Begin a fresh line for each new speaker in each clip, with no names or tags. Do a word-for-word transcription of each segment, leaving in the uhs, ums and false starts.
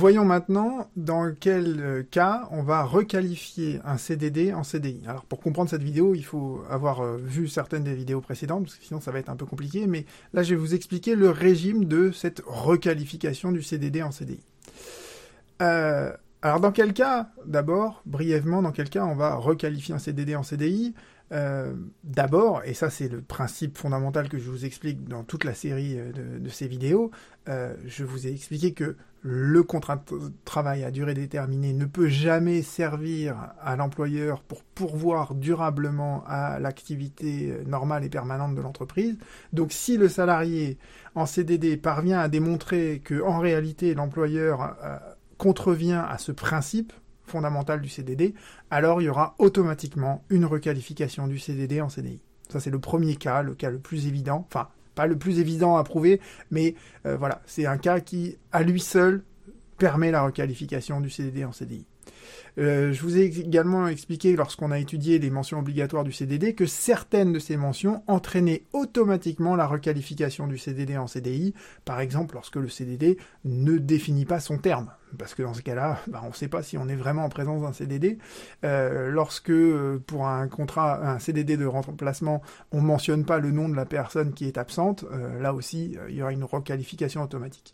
voyons maintenant dans quel cas on va requalifier un C D D en C D I. Alors pour comprendre cette vidéo, il faut avoir euh, vu certaines des vidéos précédentes, parce que sinon ça va être un peu compliqué, mais là je vais vous expliquer le régime de cette requalification du C D D en C D I. Euh, alors dans quel cas, d'abord, brièvement, dans quel cas on va requalifier un C D D en C D I ? Euh, d'abord, et ça c'est le principe fondamental que je vous explique dans toute la série de, de ces vidéos, euh, je vous ai expliqué que le contrat de travail à durée déterminée ne peut jamais servir à l'employeur pour pourvoir durablement à l'activité normale et permanente de l'entreprise. Donc si le salarié en C D D parvient à démontrer que en réalité l'employeur euh, contrevient à ce principe fondamental du C D D, alors il y aura automatiquement une requalification du C D D en C D I. Ça c'est le premier cas, le cas le plus évident, enfin pas le plus évident à prouver, mais euh, voilà, c'est un cas qui à lui seul permet la requalification du C D D en C D I. Euh, je vous ai également expliqué, lorsqu'on a étudié les mentions obligatoires du C D D, que certaines de ces mentions entraînaient automatiquement la requalification du C D D en C D I, par exemple lorsque le C D D ne définit pas son terme, parce que dans ce cas-là, bah, on ne sait pas si on est vraiment en présence d'un C D D. Euh, lorsque, euh, pour un contrat, un C D D de remplacement, on ne mentionne pas le nom de la personne qui est absente, euh, là aussi, euh, il y aura une requalification automatique.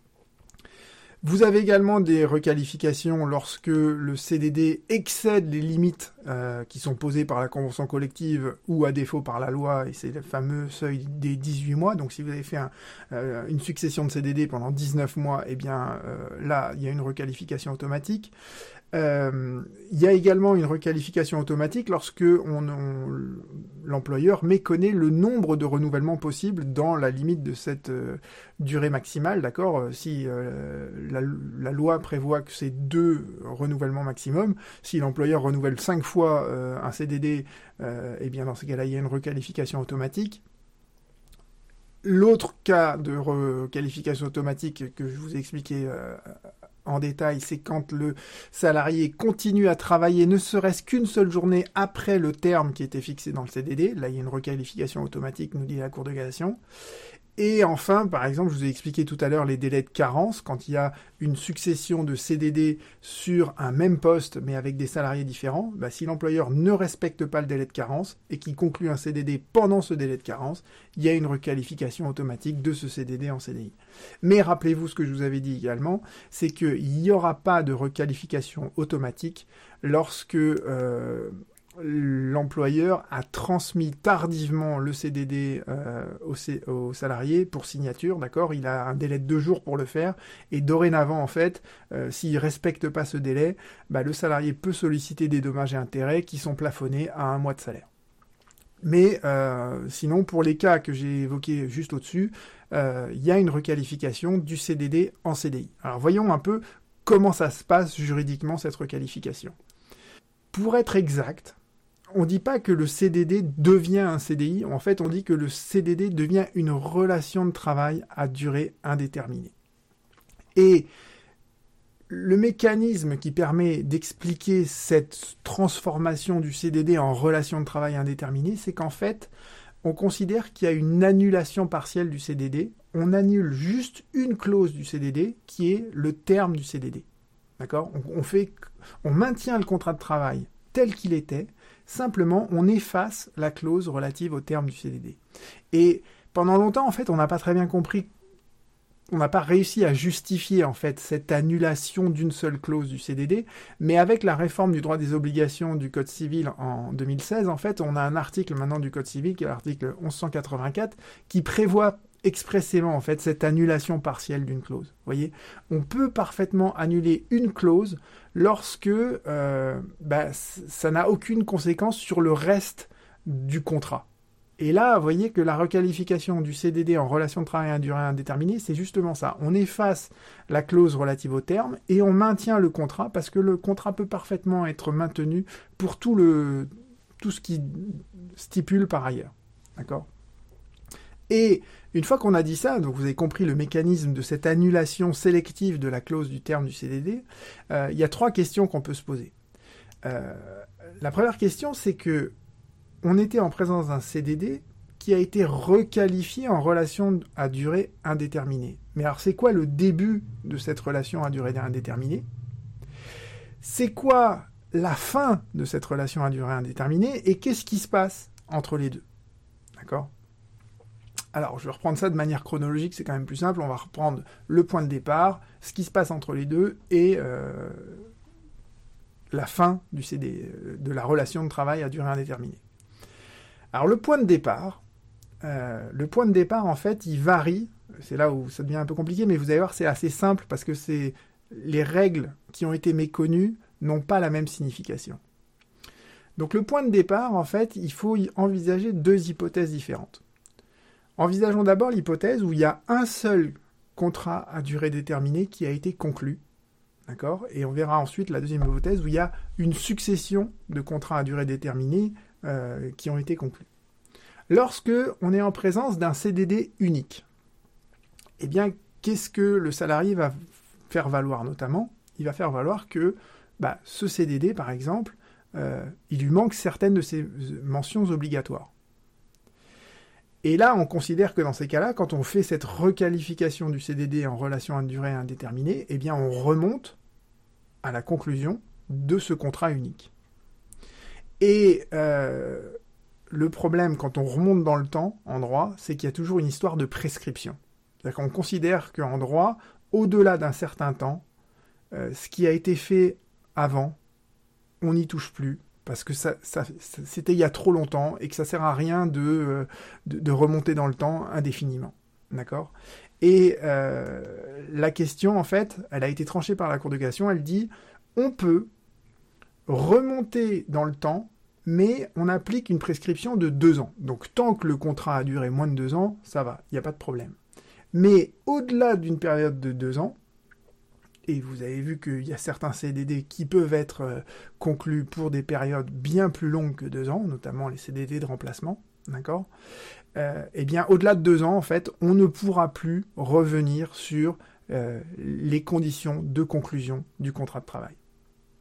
Vous avez également des requalifications lorsque le C D D excède les limites euh, qui sont posées par la convention collective ou à défaut par la loi, et c'est le fameux seuil des dix-huit mois. Donc si vous avez fait un, euh, une succession de C D D pendant dix-neuf mois, eh bien euh, là, il y a une requalification automatique. Euh, il y a également une requalification automatique lorsque on, on, l'employeur méconnaît le nombre de renouvellements possibles dans la limite de cette euh, durée maximale, d'accord ? Si euh, la, la loi prévoit que c'est deux renouvellements maximum, si l'employeur renouvelle cinq fois euh, un C D D, euh, eh bien dans ce cas-là, il y a une requalification automatique. L'autre cas de requalification automatique que je vous ai expliqué euh, en détail, c'est quand le salarié continue à travailler ne serait-ce qu'une seule journée après le terme qui était fixé dans le C D D. Là, il y a une requalification automatique, nous dit la Cour de cassation. Et enfin, par exemple, je vous ai expliqué tout à l'heure les délais de carence, quand il y a une succession de C D D sur un même poste, mais avec des salariés différents, bah, si l'employeur ne respecte pas le délai de carence et qu'il conclut un C D D pendant ce délai de carence, il y a une requalification automatique de ce C D D en C D I. Mais rappelez-vous ce que je vous avais dit également, c'est qu'il n'y aura pas de requalification automatique lorsque euh, l'employeur a transmis tardivement le C D D euh, au, C- au salarié pour signature, d'accord ? Il a un délai de deux jours pour le faire, et dorénavant, en fait, euh, s'il ne respecte pas ce délai, bah, le salarié peut solliciter des dommages et intérêts qui sont plafonnés à un mois de salaire. Mais euh, sinon, pour les cas que j'ai évoqués juste au-dessus, euh, il y a une requalification du C D D en C D I. Alors voyons un peu comment ça se passe juridiquement, cette requalification. Pour être exact, on ne dit pas que le C D D devient un C D I, en fait on dit que le C D D devient une relation de travail à durée indéterminée. Et le mécanisme qui permet d'expliquer cette transformation du C D D en relation de travail indéterminée, c'est qu'en fait, on considère qu'il y a une annulation partielle du C D D, on annule juste une clause du C D D qui est le terme du C D D. D'accord ? on, on, fait, on maintient le contrat de travail tel qu'il était, simplement, on efface la clause relative au terme du C D D. Et pendant longtemps, en fait, on n'a pas très bien compris, on n'a pas réussi à justifier, en fait, cette annulation d'une seule clause du C D D, mais avec la réforme du droit des obligations du Code civil en deux mille seize, en fait, on a un article maintenant du Code civil, qui est l'article onze cent quatre-vingt-quatre, qui prévoit expressément, en fait, cette annulation partielle d'une clause. Vous voyez, on peut parfaitement annuler une clause lorsque euh, bah, ça n'a aucune conséquence sur le reste du contrat. Et là, vous voyez que la requalification du C D D en relation de travail à durée indéterminée, c'est justement ça. On efface la clause relative au terme et on maintient le contrat, parce que le contrat peut parfaitement être maintenu pour tout, le, tout ce qui stipule par ailleurs. D'accord ? Et une fois qu'on a dit ça, donc vous avez compris le mécanisme de cette annulation sélective de la clause du terme du C D D, euh, il y a trois questions qu'on peut se poser. Euh, la première question, c'est que on était en présence d'un C D D qui a été requalifié en relation à durée indéterminée. Mais alors, c'est quoi le début de cette relation à durée indéterminée? C'est quoi la fin de cette relation à durée indéterminée? Et qu'est-ce qui se passe entre les deux? D'accord? Alors, je vais reprendre ça de manière chronologique, c'est quand même plus simple. On va reprendre le point de départ, ce qui se passe entre les deux, et euh, la fin du C D, de la relation de travail à durée indéterminée. Alors, le point de départ, euh, le point de départ, en fait, il varie. C'est là où ça devient un peu compliqué, mais vous allez voir, c'est assez simple, parce que c'est les règles qui ont été méconnues n'ont pas la même signification. Donc, le point de départ, en fait, il faut y envisager deux hypothèses différentes. Envisageons d'abord l'hypothèse où il y a un seul contrat à durée déterminée qui a été conclu, d'accord ? Et on verra ensuite la deuxième hypothèse où il y a une succession de contrats à durée déterminée euh, qui ont été conclus. Lorsque on est en présence d'un C D D unique, eh bien, qu'est-ce que le salarié va faire valoir notamment ? Il va faire valoir que bah, ce C D D, par exemple, euh, il lui manque certaines de ses mentions obligatoires. Et là, on considère que dans ces cas-là, quand on fait cette requalification du C D D en relation à durée indéterminée, eh bien, on remonte à la conclusion de ce contrat unique. Et euh, le problème, quand on remonte dans le temps, en droit, c'est qu'il y a toujours une histoire de prescription. C'est-à-dire qu'on considère qu'en droit, au-delà d'un certain temps, euh, ce qui a été fait avant, on n'y touche plus, parce que ça, ça, ça, c'était il y a trop longtemps et que ça sert à rien de, de, de remonter dans le temps indéfiniment. D'accord ? Et euh, la question, en fait, elle a été tranchée par la Cour de cassation, elle dit on peut remonter dans le temps, mais on applique une prescription de deux ans. Donc tant que le contrat a duré moins de deux ans, ça va, il n'y a pas de problème. Mais au-delà d'une période de deux ans, et vous avez vu qu'il y a certains C D D qui peuvent être euh, conclus pour des périodes bien plus longues que deux ans, notamment les C D D de remplacement, d'accord ? euh, Eh bien, au-delà de deux ans, en fait, on ne pourra plus revenir sur euh, les conditions de conclusion du contrat de travail. D'accord ?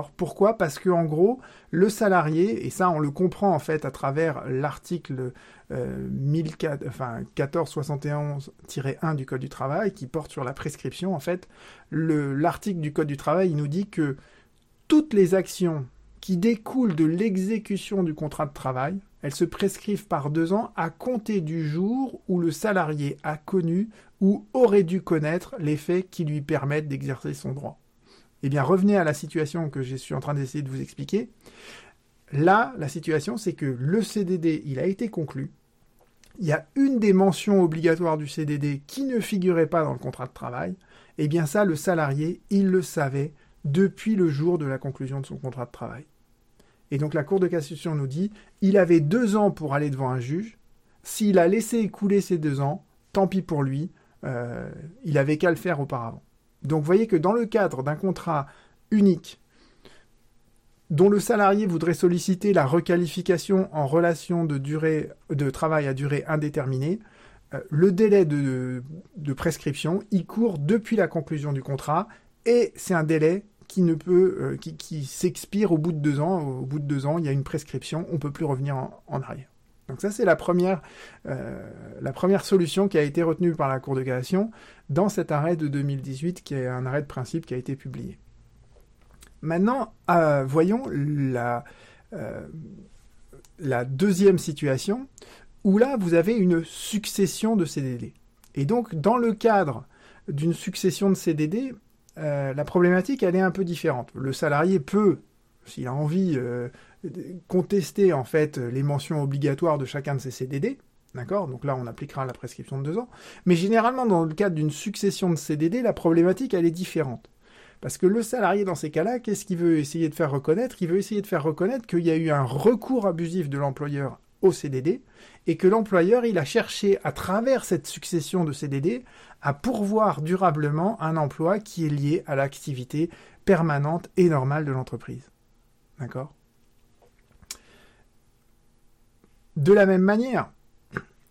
Pourquoi ? Parce que en gros, le salarié, et ça on le comprend en fait à travers l'article euh, mille quatre, enfin, quatorze soixante et onze tiret un du Code du travail qui porte sur la prescription, en fait, le, l'article du Code du travail il nous dit que toutes les actions qui découlent de l'exécution du contrat de travail, elles se prescrivent par deux ans à compter du jour où le salarié a connu ou aurait dû connaître les faits qui lui permettent d'exercer son droit. Eh bien, revenez à la situation que je suis en train d'essayer de vous expliquer. Là, la situation, c'est que le C D D, il a été conclu. Il y a une des mentions obligatoires du C D D qui ne figurait pas dans le contrat de travail. Eh bien, ça, le salarié, il le savait depuis le jour de la conclusion de son contrat de travail. Et donc, la Cour de cassation nous dit, il avait deux ans pour aller devant un juge. S'il a laissé écouler ces deux ans, tant pis pour lui, euh, il avait qu'à le faire auparavant. Donc, vous voyez que dans le cadre d'un contrat unique, dont le salarié voudrait solliciter la requalification en relation de, durée, de travail à durée indéterminée, euh, le délai de, de prescription, il court depuis la conclusion du contrat, et c'est un délai qui ne peut, euh, qui, qui s'expire au bout de deux ans. Au bout de deux ans, il y a une prescription, on ne peut plus revenir en, en arrière. Donc ça, c'est la première, euh, la première solution qui a été retenue par la Cour de cassation dans cet arrêt de deux mille dix-huit, qui est un arrêt de principe qui a été publié. Maintenant, euh, voyons la, euh, la deuxième situation, où là, vous avez une succession de C D D. Et donc, dans le cadre d'une succession de C D D, euh, la problématique, elle est un peu différente. Le salarié peut, s'il a envie, euh, contester en fait les mentions obligatoires de chacun de ces C D D, d'accord ? Donc là, on appliquera la prescription de deux ans. Mais généralement, dans le cadre d'une succession de C D D, la problématique, elle est différente. Parce que le salarié, dans ces cas-là, qu'est-ce qu'il veut essayer de faire reconnaître ? Il veut essayer de faire reconnaître qu'il y a eu un recours abusif de l'employeur au C D D, et que l'employeur, il a cherché, à travers cette succession de C D D, à pourvoir durablement un emploi qui est lié à l'activité permanente et normale de l'entreprise. D'accord ? De la même manière,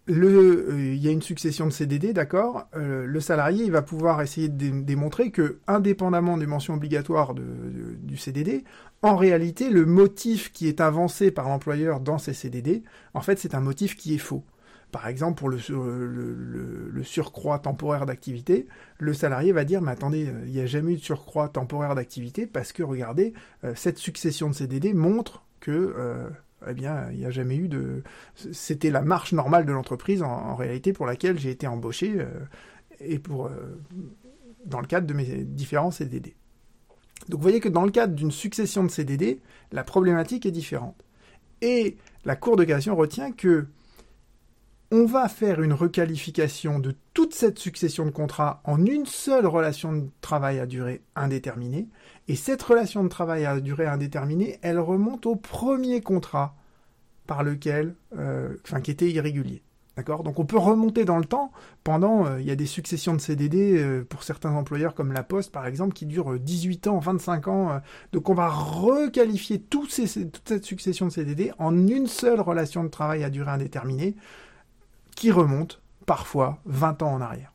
le, euh, il y a une succession de C D D, d'accord, euh, le salarié il va pouvoir essayer de dé- démontrer que, indépendamment des mentions obligatoires de, de, du C D D, en réalité, le motif qui est avancé par l'employeur dans ces C D D, en fait, c'est un motif qui est faux. Par exemple, pour le, le, le, le surcroît temporaire d'activité, le salarié va dire « Mais attendez, il n'y a jamais eu de surcroît temporaire d'activité parce que, regardez, euh, cette succession de C D D montre que... Euh, eh bien, il n'y a jamais eu de... C'était la marche normale de l'entreprise, en, en réalité, pour laquelle j'ai été embauché, euh, et pour, euh, dans le cadre de mes différents C D D. Donc, vous voyez que dans le cadre d'une succession de C D D, la problématique est différente. Et la Cour de cassation retient que on va faire une requalification de toute cette succession de contrats en une seule relation de travail à durée indéterminée. Et cette relation de travail à durée indéterminée, elle remonte au premier contrat par lequel, euh, enfin, qui était irrégulier. D'accord ? Donc on peut remonter dans le temps pendant, euh, il y a des successions de C D D euh, pour certains employeurs comme La Poste par exemple qui durent dix-huit ans, vingt-cinq ans. Euh, donc on va requalifier tous ces, toute cette succession de C D D en une seule relation de travail à durée indéterminée qui remonte parfois vingt ans en arrière.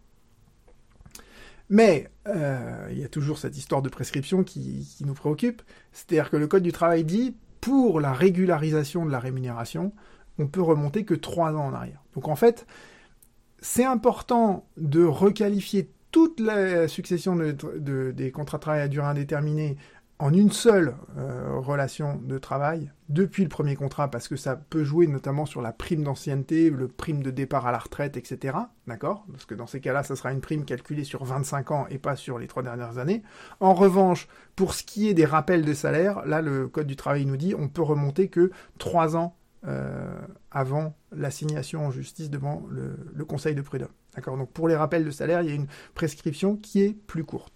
Mais euh, il y a toujours cette histoire de prescription qui, qui nous préoccupe, c'est-à-dire que le Code du travail dit, pour la régularisation de la rémunération, on peut remonter que trois ans en arrière. Donc en fait, c'est important de requalifier toute la succession de, de, des contrats de travail à durée indéterminée en une seule euh, relation de travail depuis le premier contrat, parce que ça peut jouer notamment sur la prime d'ancienneté, le prime de départ à la retraite, et cetera. D'accord ? Parce que dans ces cas-là, ça sera une prime calculée sur vingt-cinq ans et pas sur les trois dernières années. En revanche, pour ce qui est des rappels de salaire, là, le Code du travail nous dit on peut remonter que trois ans euh, avant l'assignation en justice devant le, le Conseil de prud'homme. D'accord ? Donc pour les rappels de salaire, il y a une prescription qui est plus courte.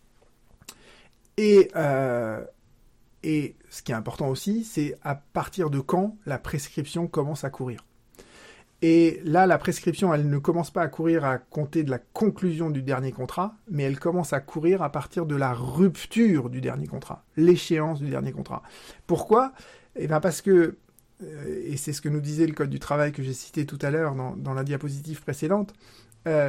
Et, euh, et ce qui est important aussi, c'est à partir de quand la prescription commence à courir. Et là, la prescription, elle ne commence pas à courir à compter de la conclusion du dernier contrat, mais elle commence à courir à partir de la rupture du dernier contrat, l'échéance du dernier contrat. Pourquoi ? Eh bien parce que, euh, et c'est ce que nous disait le Code du travail que j'ai cité tout à l'heure dans, dans la diapositive précédente, euh,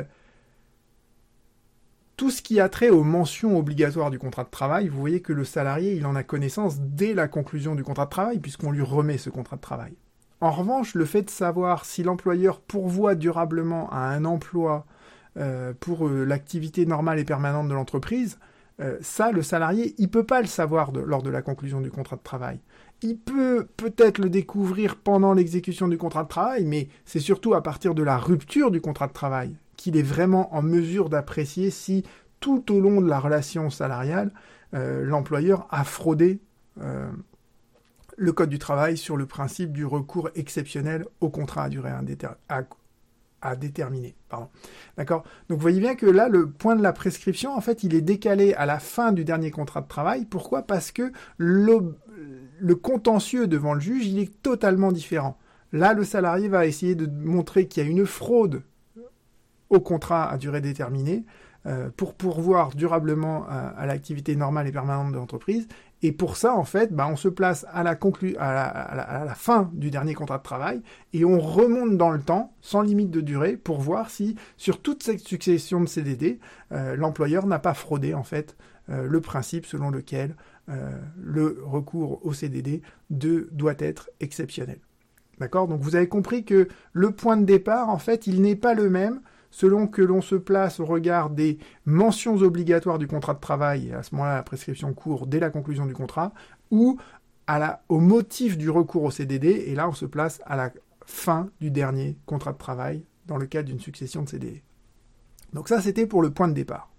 tout ce qui a trait aux mentions obligatoires du contrat de travail, vous voyez que le salarié, il en a connaissance dès la conclusion du contrat de travail, puisqu'on lui remet ce contrat de travail. En revanche, le fait de savoir si l'employeur pourvoit durablement à un emploi euh, pour euh, l'activité normale et permanente de l'entreprise, euh, ça, le salarié, il peut pas le savoir de, lors de la conclusion du contrat de travail. Il peut peut-être le découvrir pendant l'exécution du contrat de travail, mais c'est surtout à partir de la rupture du contrat de travail qu'il est vraiment en mesure d'apprécier si, tout au long de la relation salariale, euh, l'employeur a fraudé euh, le Code du travail sur le principe du recours exceptionnel au contrat à durée indéter- à, à déterminer. Pardon. D'accord ? Donc vous voyez bien que là, le point de la prescription, en fait, il est décalé à la fin du dernier contrat de travail. Pourquoi ? Parce que le, le contentieux devant le juge, il est totalement différent. Là, le salarié va essayer de montrer qu'il y a une fraude au contrat à durée déterminée euh, pour pourvoir durablement à, à l'activité normale et permanente de l'entreprise. Et pour ça, en fait, bah, on se place à la, conclu- à, la, à, la, à la fin du dernier contrat de travail et on remonte dans le temps, sans limite de durée, pour voir si, sur toute cette succession de C D D, euh, l'employeur n'a pas fraudé, en fait, euh, le principe selon lequel euh, le recours au C D D de, doit être exceptionnel. D'accord ? Donc vous avez compris que le point de départ, en fait, il n'est pas le même selon que l'on se place au regard des mentions obligatoires du contrat de travail, et à ce moment-là, la prescription court dès la conclusion du contrat, ou à la, au motif du recours au C D D, et là, on se place à la fin du dernier contrat de travail dans le cadre d'une succession de C D D. Donc ça, c'était pour le point de départ.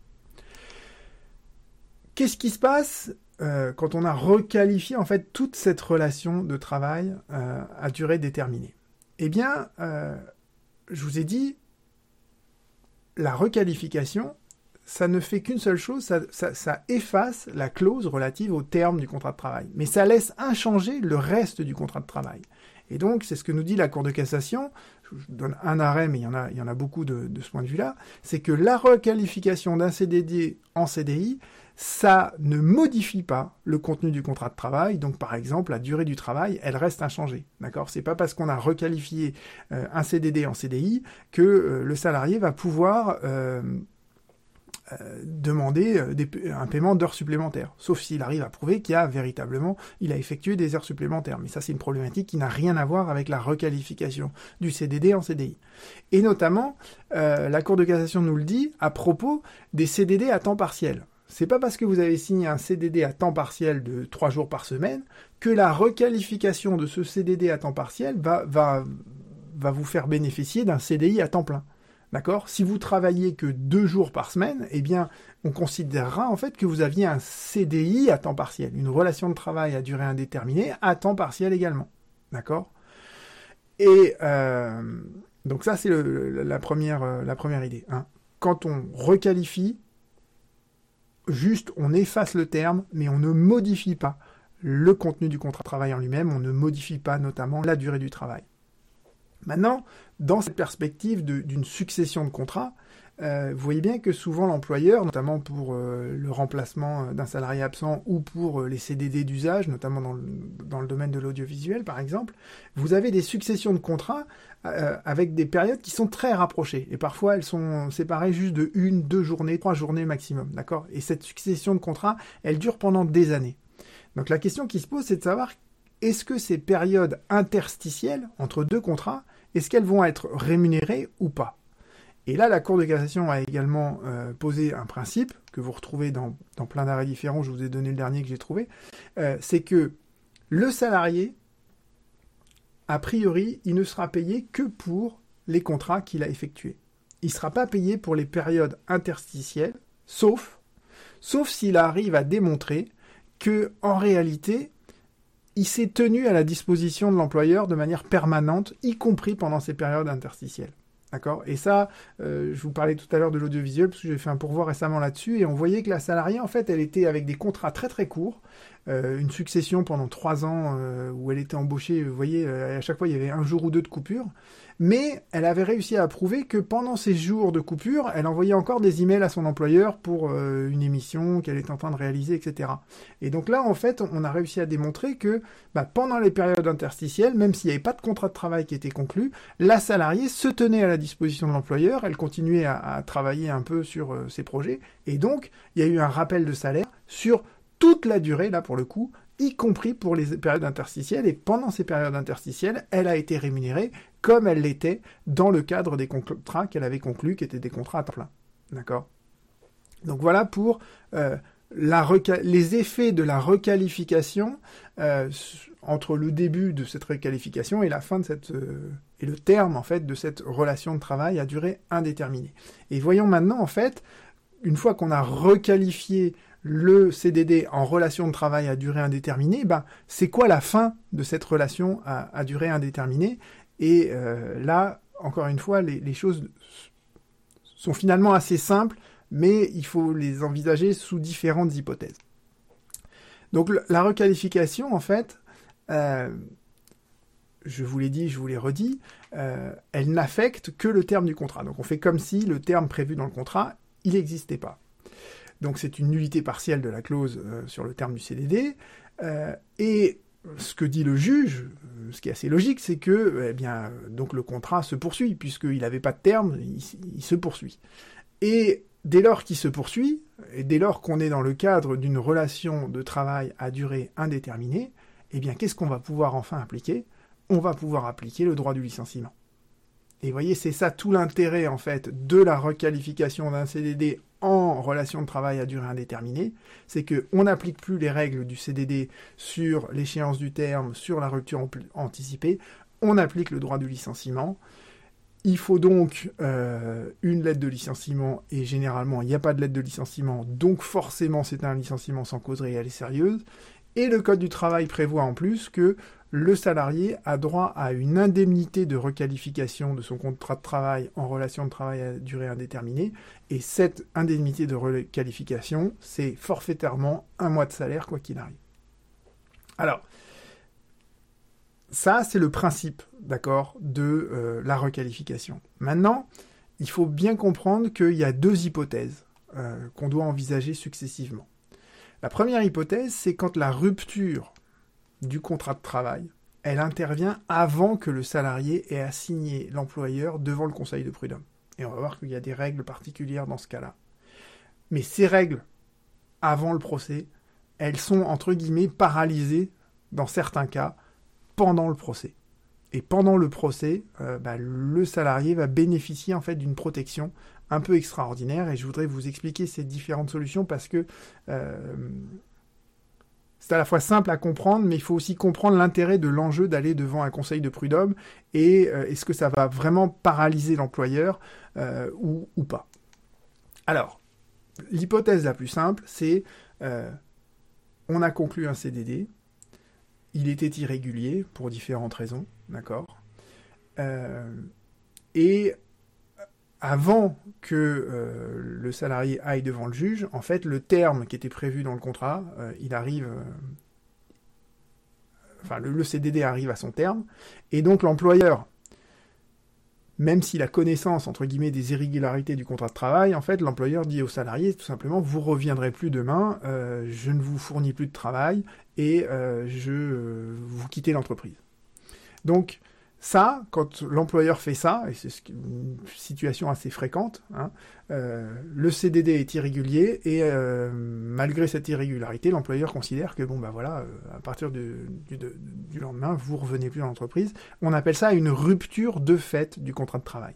Qu'est-ce qui se passe euh, quand on a requalifié, en fait, toute cette relation de travail euh, à durée déterminée ? Eh bien, euh, je vous ai dit, la requalification, ça ne fait qu'une seule chose, ça, ça, ça efface la clause relative au terme du contrat de travail. Mais ça laisse inchangé le reste du contrat de travail. Et donc, c'est ce que nous dit la Cour de cassation, je vous donne un arrêt, mais il y en a, il y en a beaucoup de, de ce point de vue-là, c'est que la requalification d'un C D D en C D I, ça ne modifie pas le contenu du contrat de travail. Donc, par exemple, la durée du travail, elle reste inchangée. D'accord ? C'est pas parce qu'on a requalifié euh, un C D D en C D I que euh, le salarié va pouvoir euh, euh, demander euh, des, un paiement d'heures supplémentaires. Sauf s'il arrive à prouver qu'il y a véritablement, il a effectué des heures supplémentaires. Mais ça, c'est une problématique qui n'a rien à voir avec la requalification du C D D en C D I. Et notamment, euh, la Cour de cassation nous le dit à propos des C D D à temps partiel. C'est pas parce que vous avez signé un C D D à temps partiel de trois jours par semaine que la requalification de ce C D D à temps partiel va, va, va vous faire bénéficier d'un C D I à temps plein. D'accord ? Si vous travaillez que deux jours par semaine, eh bien, on considérera en fait que vous aviez un C D I à temps partiel, une relation de travail à durée indéterminée à temps partiel également. D'accord ? Et euh, donc ça, c'est le, la, première, la première idée. Hein. Quand on requalifie, juste, on efface le terme, mais on ne modifie pas le contenu du contrat de travail en lui-même, on ne modifie pas notamment la durée du travail. Maintenant, dans cette perspective de, d'une succession de contrats, euh, vous voyez bien que souvent l'employeur, notamment pour euh, le remplacement d'un salarié absent ou pour euh, les C D D d'usage, notamment dans le, dans le domaine de l'audiovisuel par exemple, vous avez des successions de contrats euh, avec des périodes qui sont très rapprochées. Et parfois elles sont séparées juste de une, deux journées, trois journées maximum. D'accord ? Et cette succession de contrats, elle dure pendant des années. Donc la question qui se pose, c'est de savoir, est-ce que ces périodes interstitielles entre deux contrats, est-ce qu'elles vont être rémunérées ou pas ? Et là, la Cour de cassation a également euh, posé un principe, que vous retrouvez dans, dans plein d'arrêts différents, je vous ai donné le dernier que j'ai trouvé, euh, c'est que le salarié, a priori, il ne sera payé que pour les contrats qu'il a effectués. Il ne sera pas payé pour les périodes interstitielles, sauf, sauf s'il arrive à démontrer que, en réalité, il s'est tenu à la disposition de l'employeur de manière permanente, y compris pendant ces périodes interstitielles. D'accord ? Et ça, euh, je vous parlais tout à l'heure de l'audiovisuel, parce que j'ai fait un pourvoi récemment là-dessus, et on voyait que la salariée, en fait, elle était avec des contrats très très courts, euh, une succession pendant trois ans euh, où elle était embauchée, vous voyez, euh, à chaque fois il y avait un jour ou deux de coupure, mais elle avait réussi à prouver que pendant ces jours de coupure, elle envoyait encore des emails à son employeur pour euh, une émission qu'elle était en train de réaliser, et cetera. Et donc là, en fait, on a réussi à démontrer que bah, pendant les périodes interstitielles, même s'il n'y avait pas de contrat de travail qui était conclu, la salariée se tenait à la disposition de l'employeur, elle continuait à, à travailler un peu sur euh, ses projets, et donc il y a eu un rappel de salaire sur toute la durée, là pour le coup, y compris pour les périodes interstitielles, et pendant ces périodes interstitielles, elle a été rémunérée comme elle l'était dans le cadre des contrats qu'elle avait conclus, qui étaient des contrats à temps plein. D'accord ? Donc voilà pour euh, la reca- les effets de la requalification euh, entre le début de cette requalification et la fin de cette euh, et le terme en fait de cette relation de travail à durée indéterminée. Et voyons maintenant en fait, une fois qu'on a requalifié le C D D en relation de travail à durée indéterminée, ben, c'est quoi la fin de cette relation à, à durée indéterminée ? Et euh, là, encore une fois, les, les choses sont finalement assez simples, mais il faut les envisager sous différentes hypothèses. Donc le, la requalification, en fait, euh, je vous l'ai dit, je vous l'ai redit, euh, elle n'affecte que le terme du contrat. Donc on fait comme si le terme prévu dans le contrat, il n'existait pas. Donc c'est une nullité partielle de la clause euh, sur le terme du C D D. Euh, et ce que dit le juge, euh, ce qui est assez logique, c'est que eh bien, donc le contrat se poursuit, puisqu'il n'avait pas de terme, il, il se poursuit. Et dès lors qu'il se poursuit, et dès lors qu'on est dans le cadre d'une relation de travail à durée indéterminée, eh bien qu'est-ce qu'on va pouvoir enfin appliquer ? On va pouvoir appliquer le droit du licenciement. Et vous voyez, c'est ça tout l'intérêt en fait de la requalification d'un C D D en relation de travail à durée indéterminée, c'est qu'on n'applique plus les règles du C D D sur l'échéance du terme, sur la rupture anticipée, on applique le droit du licenciement. Il faut donc euh, une lettre de licenciement, et généralement il n'y a pas de lettre de licenciement, donc forcément c'est un licenciement sans cause réelle et sérieuse. Et le Code du travail prévoit en plus que le salarié a droit à une indemnité de requalification de son contrat de travail en relation de travail à durée indéterminée. Et cette indemnité de requalification, c'est forfaitairement un mois de salaire, quoi qu'il arrive. Alors, ça, c'est le principe, d'accord, de euh, la requalification. Maintenant, il faut bien comprendre qu'il y a deux hypothèses euh, qu'on doit envisager successivement. La première hypothèse, c'est quand la rupture du contrat de travail, elle intervient avant que le salarié ait assigné l'employeur devant le conseil de prud'homme. Et on va voir qu'il y a des règles particulières dans ce cas-là. Mais ces règles, avant le procès, elles sont, entre guillemets, paralysées, dans certains cas, pendant le procès. Et pendant le procès, euh, bah, le salarié va bénéficier en fait d'une protection un peu extraordinaire. Et je voudrais vous expliquer ces différentes solutions parce que euh, c'est à la fois simple à comprendre, mais il faut aussi comprendre l'intérêt de l'enjeu d'aller devant un conseil de prud'homme et euh, est-ce que ça va vraiment paralyser l'employeur euh, ou, ou pas. Alors, l'hypothèse la plus simple, c'est euh, on a conclu un C D D, il était irrégulier pour différentes raisons, d'accord euh, et avant que euh, le salarié aille devant le juge, en fait, le terme qui était prévu dans le contrat, euh, il arrive... Euh, enfin, le, le C D D arrive à son terme, et donc l'employeur, même s'il a connaissance, entre guillemets, des irrégularités du contrat de travail, en fait, l'employeur dit au salarié, tout simplement, vous reviendrez plus demain, euh, je ne vous fournis plus de travail, et euh, je euh, vous quittez l'entreprise. Donc, ça, quand l'employeur fait ça, et c'est une situation assez fréquente, hein, euh, le C D D est irrégulier et euh, malgré cette irrégularité, l'employeur considère que bon bah voilà, euh, à partir du, du, du lendemain, vous revenez plus dans l'entreprise. On appelle ça une rupture de fait du contrat de travail.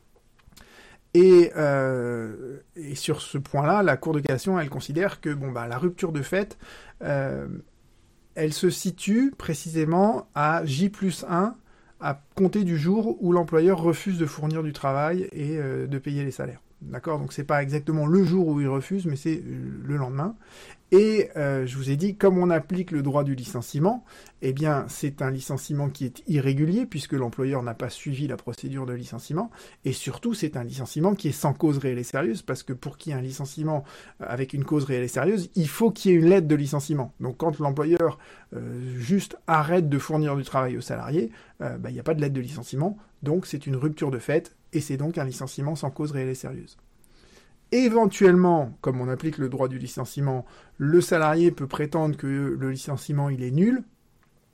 Et, euh, et sur ce point-là, la Cour de cassation, elle considère que bon bah la rupture de fait, euh, elle se situe précisément à J plus un à compter du jour où l'employeur refuse de fournir du travail et euh, de payer les salaires. D'accord ? Donc c'est pas exactement le jour où il refuse, mais c'est le lendemain. Et euh, je vous ai dit, comme on applique le droit du licenciement, eh bien c'est un licenciement qui est irrégulier puisque l'employeur n'a pas suivi la procédure de licenciement. Et surtout, c'est un licenciement qui est sans cause réelle et sérieuse parce que pour qu'il y ait un licenciement avec une cause réelle et sérieuse, il faut qu'il y ait une lettre de licenciement. Donc quand l'employeur euh, juste arrête de fournir du travail aux salariés, euh, bah, il n'y a pas de lettre de licenciement. Donc c'est une rupture de fait et c'est donc un licenciement sans cause réelle et sérieuse. Éventuellement, comme on applique le droit du licenciement, le salarié peut prétendre que le licenciement il est nul, d'accord ?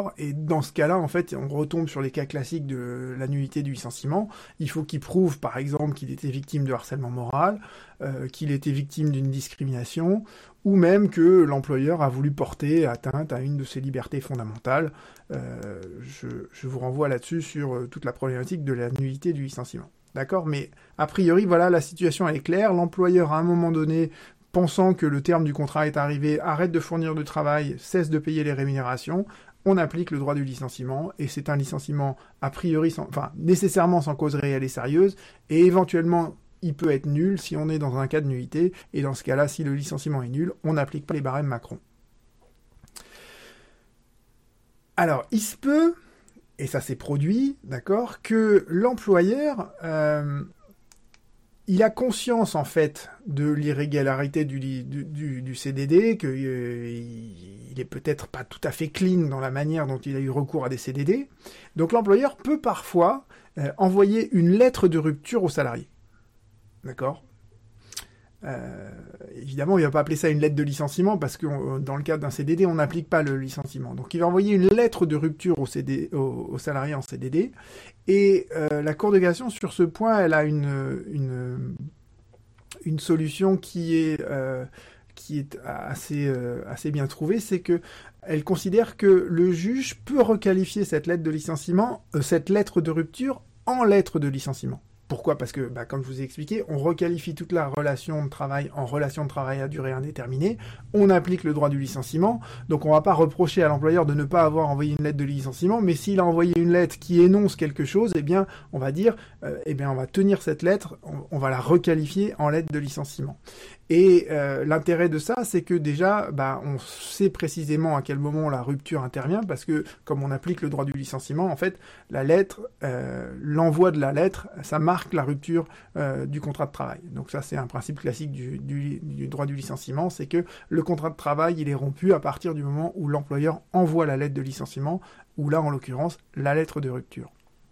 Et dans ce cas-là, en fait, on retombe sur les cas classiques de la nullité du licenciement. Il faut qu'il prouve, par exemple, qu'il était victime de harcèlement moral, euh, qu'il était victime d'une discrimination, ou même que l'employeur a voulu porter atteinte à une de ses libertés fondamentales. Euh, je, je vous renvoie là-dessus sur toute la problématique de la nullité du licenciement. D'accord ? Mais a priori, voilà, la situation elle est claire. L'employeur, à un moment donné, pensant que le terme du contrat est arrivé, arrête de fournir du travail, cesse de payer les rémunérations. On applique le droit du licenciement et c'est un licenciement a priori, sans, enfin nécessairement sans cause réelle et sérieuse et éventuellement il peut être nul si on est dans un cas de nullité et dans ce cas-là, si le licenciement est nul, on n'applique pas les barèmes Macron. Alors, il se peut, et ça s'est produit, d'accord, que l'employeur, euh, il a conscience en fait de l'irrégularité du, du, du, du C D D, qu'il euh, est peut-être pas tout à fait clean dans la manière dont il a eu recours à des C D D. Donc l'employeur peut parfois euh, envoyer une lettre de rupture au salarié. D'accord ? Euh, évidemment, il ne va pas appeler ça une lettre de licenciement parce que on, dans le cadre d'un C D D, on n'applique pas le licenciement. Donc, il va envoyer une lettre de rupture au, C D, au, au salarié en C D D. Et euh, la Cour de cassation, sur ce point, elle a une, une, une solution qui est, euh, qui est assez, euh, assez bien trouvée. C'est que elle considère que le juge peut requalifier cette lettre de licenciement, euh, cette lettre de rupture en lettre de licenciement. Pourquoi ? Parce que, bah, comme je vous ai expliqué, on requalifie toute la relation de travail en relation de travail à durée indéterminée, on applique le droit du licenciement, donc on ne va pas reprocher à l'employeur de ne pas avoir envoyé une lettre de licenciement, mais s'il a envoyé une lettre qui énonce quelque chose, eh bien, on va dire, euh, eh bien, on va tenir cette lettre, on, on va la requalifier en lettre de licenciement. Et euh, l'intérêt de ça, c'est que déjà, bah, on sait précisément à quel moment la rupture intervient, parce que comme on applique le droit du licenciement, en fait, la lettre, euh, l'envoi de la lettre, ça marque la rupture euh, du contrat de travail. Donc ça, c'est un principe classique du, du, du droit du licenciement, c'est que le contrat de travail, il est rompu à partir du moment où l'employeur envoie la lettre de licenciement, ou là, en l'occurrence, la lettre de rupture.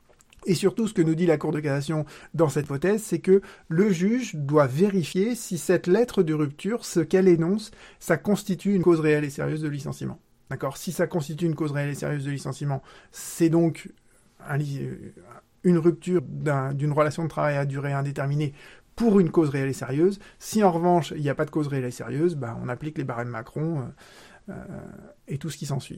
Et surtout, ce que nous dit la Cour de cassation dans cette hypothèse, c'est que le juge doit vérifier si cette lettre de rupture, ce qu'elle énonce, ça constitue une cause réelle et sérieuse de licenciement. D'accord ? Si ça constitue une cause réelle et sérieuse de licenciement, c'est donc un, une rupture d'un, d'une relation de travail à durée indéterminée pour une cause réelle et sérieuse. Si en revanche, il n'y a pas de cause réelle et sérieuse, ben, on applique les barèmes Macron euh, euh, et tout ce qui s'ensuit.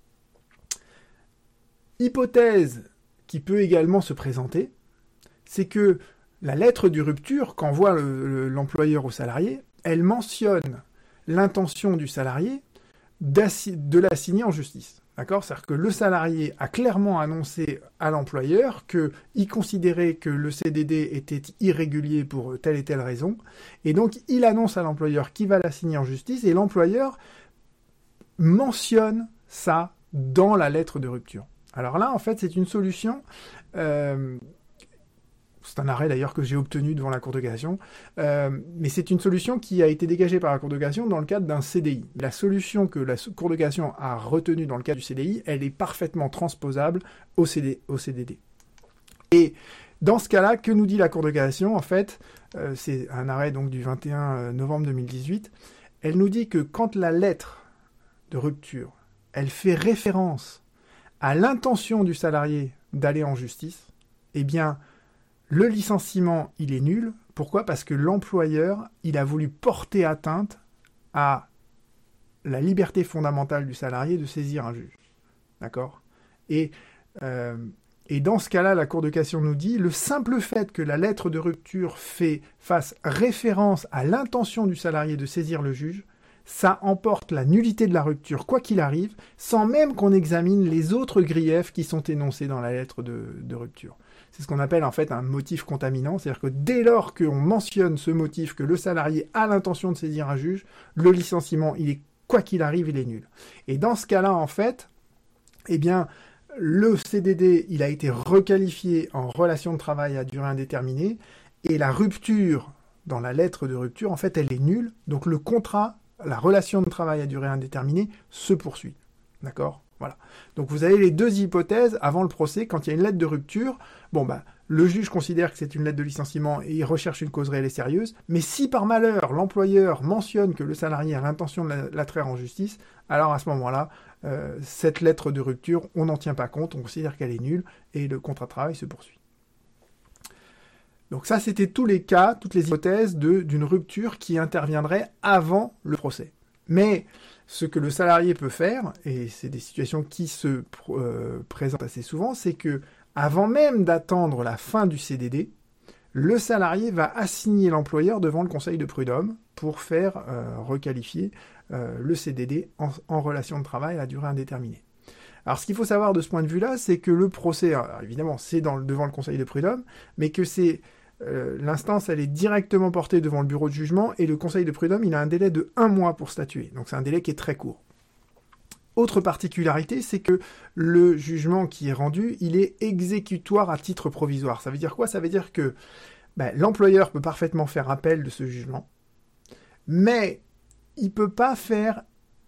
Hypothèse qui peut également se présenter, c'est que la lettre de rupture qu'envoie le, le, l'employeur au salarié, elle mentionne l'intention du salarié de la signer en justice. D'accord ? C'est-à-dire que le salarié a clairement annoncé à l'employeur qu'il considérait que le C D D était irrégulier pour telle et telle raison, et donc il annonce à l'employeur qu'il va la signer en justice, et l'employeur mentionne ça dans la lettre de rupture. Alors là, en fait, c'est une solution, euh, c'est un arrêt d'ailleurs que j'ai obtenu devant la Cour de cassation, euh, mais c'est une solution qui a été dégagée par la Cour de cassation dans le cadre d'un C D I. La solution que la Cour de cassation a retenue dans le cadre du C D I, elle est parfaitement transposable au, C D, au C D D. Et dans ce cas-là, que nous dit la Cour de cassation ? En fait, euh, c'est un arrêt donc du vingt et un novembre deux mille dix-huit, elle nous dit que quand la lettre de rupture, elle fait référence à l'intention du salarié d'aller en justice, eh bien, le licenciement, il est nul. Pourquoi ? Parce que l'employeur, il a voulu porter atteinte à la liberté fondamentale du salarié de saisir un juge. D'accord ? Et, euh, et dans ce cas-là, la Cour de cassation nous dit, le simple fait que la lettre de rupture fait, fasse référence à l'intention du salarié de saisir le juge, ça emporte la nullité de la rupture, quoi qu'il arrive, sans même qu'on examine les autres griefs qui sont énoncés dans la lettre de, de rupture. C'est ce qu'on appelle en fait un motif contaminant, c'est-à-dire que dès lors qu'on mentionne ce motif, que le salarié a l'intention de saisir un juge, le licenciement, il est, quoi qu'il arrive, il est nul. Et dans ce cas-là, en fait, eh bien, le C D D, il a été requalifié en relation de travail à durée indéterminée, et la rupture, dans la lettre de rupture, en fait, elle est nulle, donc le contrat, la relation de travail à durée indéterminée se poursuit. D'accord ? Voilà. Donc vous avez les deux hypothèses avant le procès. Quand il y a une lettre de rupture, bon bah, le juge considère que c'est une lettre de licenciement et il recherche une cause réelle et sérieuse. Mais si par malheur, l'employeur mentionne que le salarié a l'intention de la, la traire en justice, alors à ce moment-là, euh, cette lettre de rupture, on n'en tient pas compte, on considère qu'elle est nulle et le contrat de travail se poursuit. Donc ça, c'était tous les cas, toutes les hypothèses de, d'une rupture qui interviendrait avant le procès. Mais ce que le salarié peut faire, et c'est des situations qui se euh, présentent assez souvent, c'est que avant même d'attendre la fin du C D D, le salarié va assigner l'employeur devant le conseil de prud'homme pour faire euh, requalifier euh, le C D D en, en relation de travail à durée indéterminée. Alors, ce qu'il faut savoir de ce point de vue-là, c'est que le procès, alors, évidemment, c'est dans, devant le conseil de prud'homme, mais que c'est Euh, l'instance, elle est directement portée devant le bureau de jugement et le conseil de prud'homme, il a un délai de un mois pour statuer. Donc c'est un délai qui est très court. Autre particularité, c'est que le jugement qui est rendu, il est exécutoire à titre provisoire. Ça veut dire quoi ? Ça veut dire que ben, l'employeur peut parfaitement faire appel de ce jugement, mais il ne peut pas faire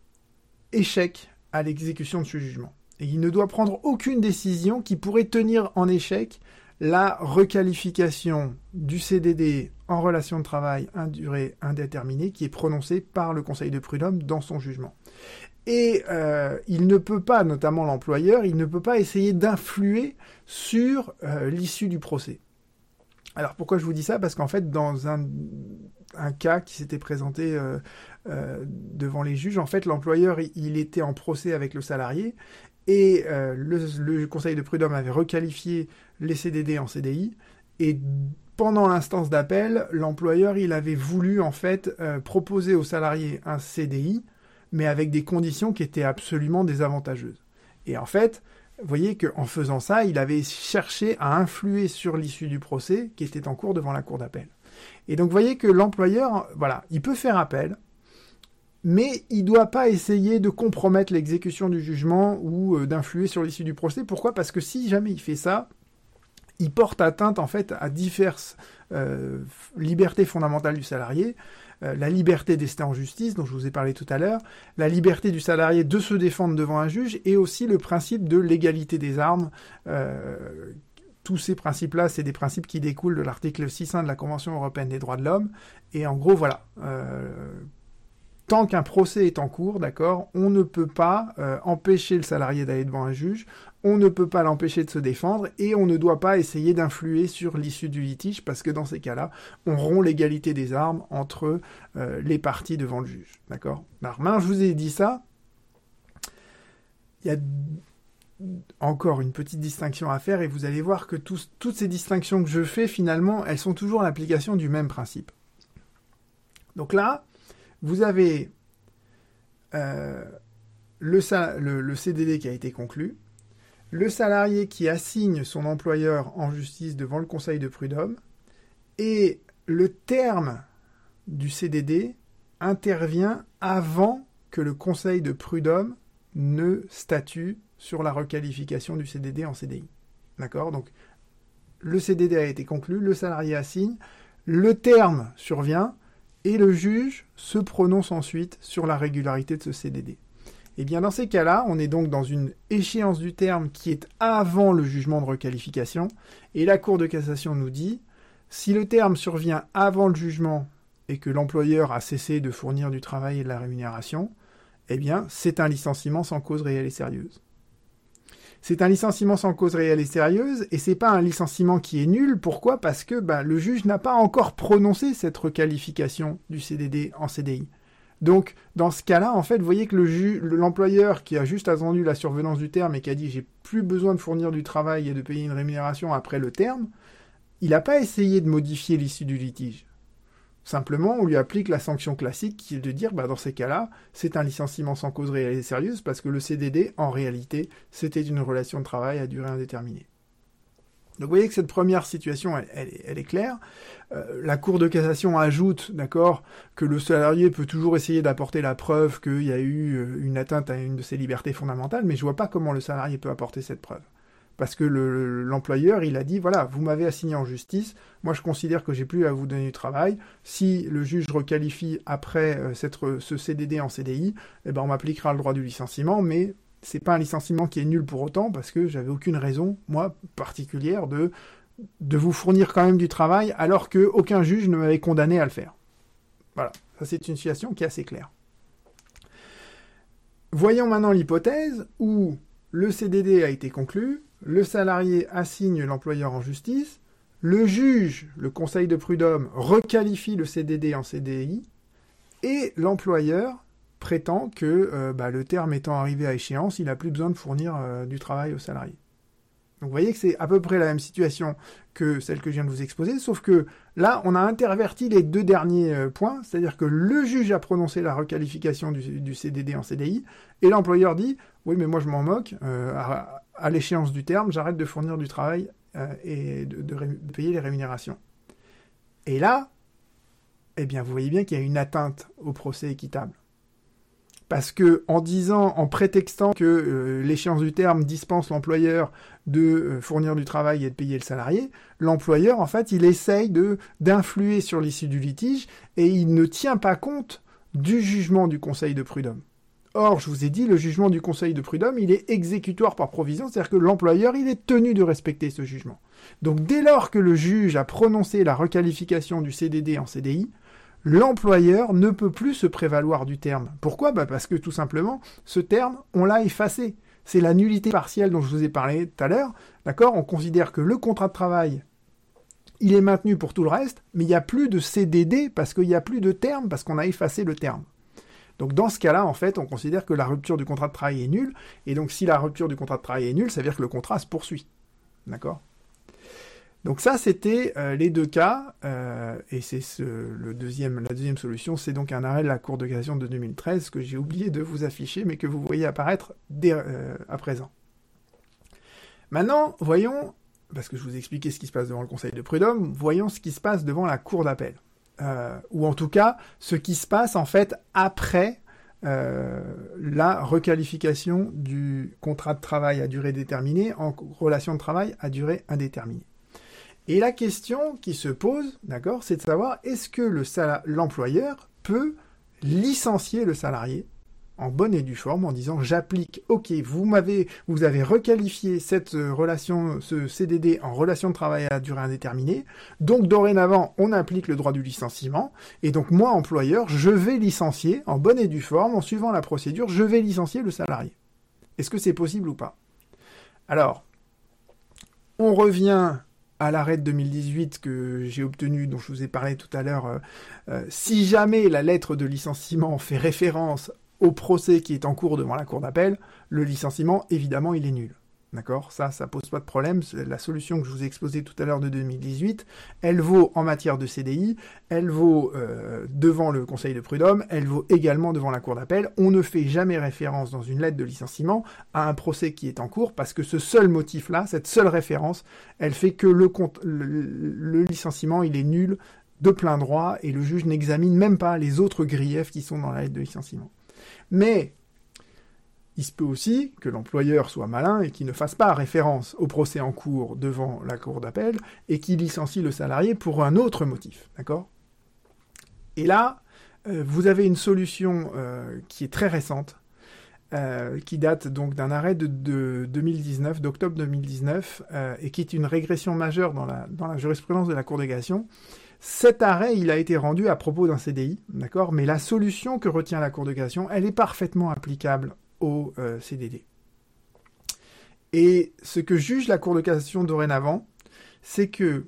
échec à l'exécution de ce jugement. Et il ne doit prendre aucune décision qui pourrait tenir en échec la requalification du C D D en relation de travail à durée indéterminée qui est prononcée par le conseil de prud'homme dans son jugement. Et euh, il ne peut pas, notamment l'employeur, il ne peut pas essayer d'influer sur euh, l'issue du procès. Alors pourquoi je vous dis ça ? Parce qu'en fait, dans un, un cas qui s'était présenté euh, euh, devant les juges, en fait, l'employeur, il, il était en procès avec le salarié, et euh, le, le conseil de prud'homme avait requalifié les C D D en C D I, et pendant l'instance d'appel, l'employeur, il avait voulu en fait euh, proposer au salarié un C D I, mais avec des conditions qui étaient absolument désavantageuses. Et en fait, vous voyez qu'en faisant ça, il avait cherché à influer sur l'issue du procès qui était en cours devant la cour d'appel. Et donc vous voyez que l'employeur, voilà, il peut faire appel, mais il ne doit pas essayer de compromettre l'exécution du jugement ou euh, d'influer sur l'issue du procès. Pourquoi ? Parce que si jamais il fait ça, il porte atteinte en fait à diverses euh, libertés fondamentales du salarié, euh, la liberté d'ester en justice, dont je vous ai parlé tout à l'heure, la liberté du salarié de se défendre devant un juge, et aussi le principe de l'égalité des armes, euh, tous ces principes-là, c'est des principes qui découlent de l'article six point un de la Convention européenne des droits de l'homme. Et en gros, voilà, euh, tant qu'un procès est en cours, d'accord, on ne peut pas euh, empêcher le salarié d'aller devant un juge, on ne peut pas l'empêcher de se défendre, et on ne doit pas essayer d'influer sur l'issue du litige, parce que dans ces cas-là, on rompt l'égalité des armes entre euh, les parties devant le juge, d'accord. Alors maintenant, je vous ai dit ça, il y a encore une petite distinction à faire, et vous allez voir que tous, toutes ces distinctions que je fais, finalement, elles sont toujours l'application du même principe. Donc là, vous avez euh, le, le, le C D D qui a été conclu, le salarié qui assigne son employeur en justice devant le conseil de prud'homme, et le terme du C D D intervient avant que le conseil de prud'homme ne statue sur la requalification du C D D en C D I. D'accord ? Donc, le C D D a été conclu, le salarié assigne, le terme survient, et le juge se prononce ensuite sur la régularité de ce C D D. Et bien dans ces cas-là, on est donc dans une échéance du terme qui est avant le jugement de requalification, et la Cour de cassation nous dit, si le terme survient avant le jugement et que l'employeur a cessé de fournir du travail et de la rémunération, eh bien c'est un licenciement sans cause réelle et sérieuse. C'est un licenciement sans cause réelle et sérieuse, et c'est pas un licenciement qui est nul. Pourquoi ? Parce que bah, le juge n'a pas encore prononcé cette requalification du C D D en C D I. Donc, dans ce cas-là, en fait, vous voyez que le ju- l'employeur qui a juste attendu la survenance du terme et qui a dit « j'ai plus besoin de fournir du travail et de payer une rémunération après le terme », il n'a pas essayé de modifier l'issue du litige. Simplement, on lui applique la sanction classique qui est de dire, bah, dans ces cas-là, c'est un licenciement sans cause réelle et sérieuse parce que le C D D, en réalité, c'était une relation de travail à durée indéterminée. Donc vous voyez que cette première situation, elle, elle, elle est claire. Euh, la Cour de cassation ajoute, d'accord, que le salarié peut toujours essayer d'apporter la preuve qu'il y a eu une atteinte à une de ses libertés fondamentales, mais je vois pas comment le salarié peut apporter cette preuve. Parce que le, l'employeur, il a dit, voilà, vous m'avez assigné en justice, moi je considère que j'ai plus à vous donner du travail. Si le juge requalifie après euh, cette, ce C D D en C D I, eh ben on m'appliquera le droit du licenciement, mais c'est pas un licenciement qui est nul pour autant, parce que j'avais aucune raison, moi, particulière, de, de vous fournir quand même du travail, alors qu'aucun juge ne m'avait condamné à le faire. Voilà, ça c'est une situation qui est assez claire. Voyons maintenant l'hypothèse où le C D D a été conclu, le salarié assigne l'employeur en justice, le juge, le conseil de prud'homme, requalifie le C D D en C D I, et l'employeur prétend que euh, bah, le terme étant arrivé à échéance, il n'a plus besoin de fournir euh, du travail au salarié. Donc vous voyez que c'est à peu près la même situation que celle que je viens de vous exposer, sauf que là, on a interverti les deux derniers euh, points, c'est-à-dire que le juge a prononcé la requalification du, du C D D en C D I, et l'employeur dit « Oui, mais moi je m'en moque, euh, à, à l'échéance du terme, j'arrête de fournir du travail euh, et de, de, de payer les rémunérations. » Et là, eh bien, vous voyez bien qu'il y a une atteinte au procès équitable. Parce que en disant, en prétextant que euh, l'échéance du terme dispense l'employeur de euh, fournir du travail et de payer le salarié, l'employeur, en fait, il essaye de, d'influer sur l'issue du litige et il ne tient pas compte du jugement du conseil de prud'homme. Or, je vous ai dit, le jugement du conseil de prud'homme, il est exécutoire par provision, c'est-à-dire que l'employeur, il est tenu de respecter ce jugement. Donc, dès lors que le juge a prononcé la requalification du C D D en C D I, l'employeur ne peut plus se prévaloir du terme. Pourquoi ? Bah parce que tout simplement, ce terme, on l'a effacé. C'est la nullité partielle dont je vous ai parlé tout à l'heure. D'accord ? On considère que le contrat de travail, il est maintenu pour tout le reste, mais il n'y a plus de C D D parce qu'il n'y a plus de terme, parce qu'on a effacé le terme. Donc dans ce cas-là, en fait, on considère que la rupture du contrat de travail est nulle, et donc si la rupture du contrat de travail est nulle, ça veut dire que le contrat se poursuit. D'accord ? Donc ça, c'était euh, les deux cas, euh, et c'est ce, le deuxième, la deuxième solution, c'est donc un arrêt de la Cour de cassation de deux mille treize que j'ai oublié de vous afficher, mais que vous voyez apparaître dès, euh, à présent. Maintenant, voyons, parce que je vous ai expliqué ce qui se passe devant le Conseil de prud'homme, voyons ce qui se passe devant la Cour d'appel. Euh, ou en tout cas, ce qui se passe en fait après euh, la requalification du contrat de travail à durée déterminée en relation de travail à durée indéterminée. Et la question qui se pose, d'accord, c'est de savoir est-ce que le sal- l'employeur peut licencier le salarié en bonne et due forme en disant j'applique, ok, vous m'avez, vous avez requalifié cette relation, ce C D D en relation de travail à durée indéterminée, donc dorénavant on applique le droit du licenciement, et donc moi employeur, je vais licencier en bonne et due forme, en suivant la procédure, je vais licencier le salarié. Est-ce que c'est possible ou pas? Alors, on revient à l'arrêt de deux mille dix-huit que j'ai obtenu, dont je vous ai parlé tout à l'heure, euh, euh, si jamais la lettre de licenciement fait référence au procès qui est en cours devant la cour d'appel, le licenciement, évidemment, il est nul. D'accord? Ça, ça pose pas de problème. La solution que je vous ai exposée tout à l'heure de deux mille dix-huit, elle vaut en matière de C D I, elle vaut euh, devant le Conseil de prud'homme, elle vaut également devant la cour d'appel. On ne fait jamais référence dans une lettre de licenciement à un procès qui est en cours parce que ce seul motif-là, cette seule référence, elle fait que le, compte, le, le licenciement, il est nul de plein droit et le juge n'examine même pas les autres griefs qui sont dans la lettre de licenciement. Mais il se peut aussi que l'employeur soit malin et qu'il ne fasse pas référence au procès en cours devant la cour d'appel et qu'il licencie le salarié pour un autre motif, d'accord? Et là, euh, vous avez une solution euh, qui est très récente, euh, qui date donc d'un arrêt de, de deux mille dix-neuf, d'octobre deux mille dix-neuf, euh, et qui est une régression majeure dans la, dans la jurisprudence de la Cour de cassation. Cet arrêt, il a été rendu à propos d'un C D I, d'accord? Mais la solution que retient la Cour de cassation, elle est parfaitement applicable au euh, C D D. Et ce que juge la Cour de cassation dorénavant, c'est que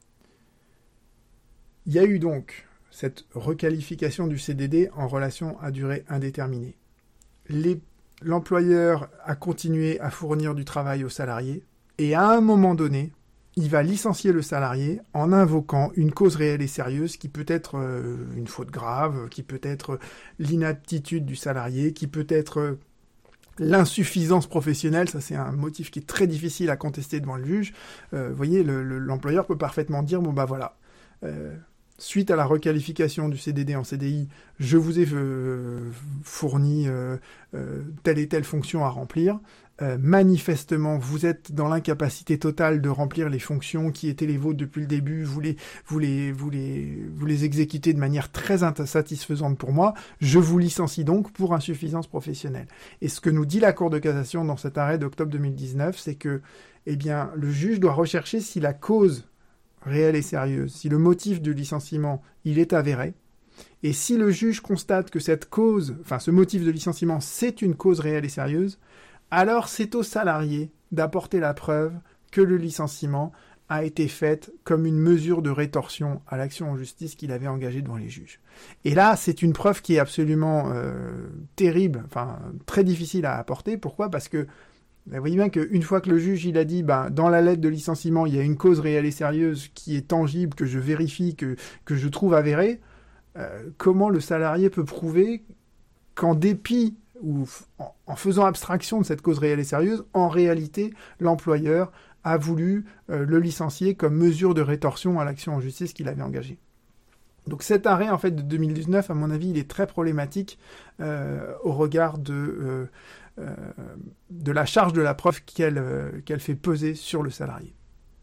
il y a eu donc cette requalification du C D D en relation à durée indéterminée. Les, l'employeur a continué à fournir du travail aux salariés, et à un moment donné, il va licencier le salarié en invoquant une cause réelle et sérieuse qui peut être euh, une faute grave, qui peut être l'inaptitude du salarié, qui peut être euh, l'insuffisance professionnelle. Ça c'est un motif qui est très difficile à contester devant le juge. Euh, vous voyez, le, le, l'employeur peut parfaitement dire, bon bah voilà, euh, suite à la requalification du C D D en C D I, je vous ai euh, fourni euh, euh, telle et telle fonction à remplir. Euh, manifestement, vous êtes dans l'incapacité totale de remplir les fonctions qui étaient les vôtres depuis le début, vous les, vous les, vous les, vous les exécutez de manière très insatisfaisante pour moi, je vous licencie donc pour insuffisance professionnelle. Et ce que nous dit la Cour de cassation dans cet arrêt d'octobre deux mille dix-neuf, c'est que, eh bien, le juge doit rechercher si la cause réelle et sérieuse, si le motif du licenciement, il est avéré, et si le juge constate que cette cause, enfin, ce motif de licenciement, c'est une cause réelle et sérieuse, alors c'est au salarié d'apporter la preuve que le licenciement a été fait comme une mesure de rétorsion à l'action en justice qu'il avait engagée devant les juges. Et là, c'est une preuve qui est absolument euh, terrible, enfin très difficile à apporter. Pourquoi ? Parce que vous voyez bien qu'une fois que le juge il a dit, ben, dans la lettre de licenciement, il y a une cause réelle et sérieuse qui est tangible, que je vérifie, que, que je trouve avérée, euh, comment le salarié peut prouver qu'en dépit ou en, en faisant abstraction de cette cause réelle et sérieuse, en réalité, l'employeur a voulu euh, le licencier comme mesure de rétorsion à l'action en justice qu'il avait engagée. Donc cet arrêt en fait de deux mille dix-neuf, à mon avis, il est très problématique euh, au regard de, euh, euh, de la charge de la preuve qu'elle, euh, qu'elle fait peser sur le salarié.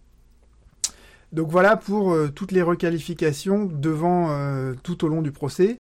Donc voilà pour euh, toutes les requalifications devant euh, tout au long du procès.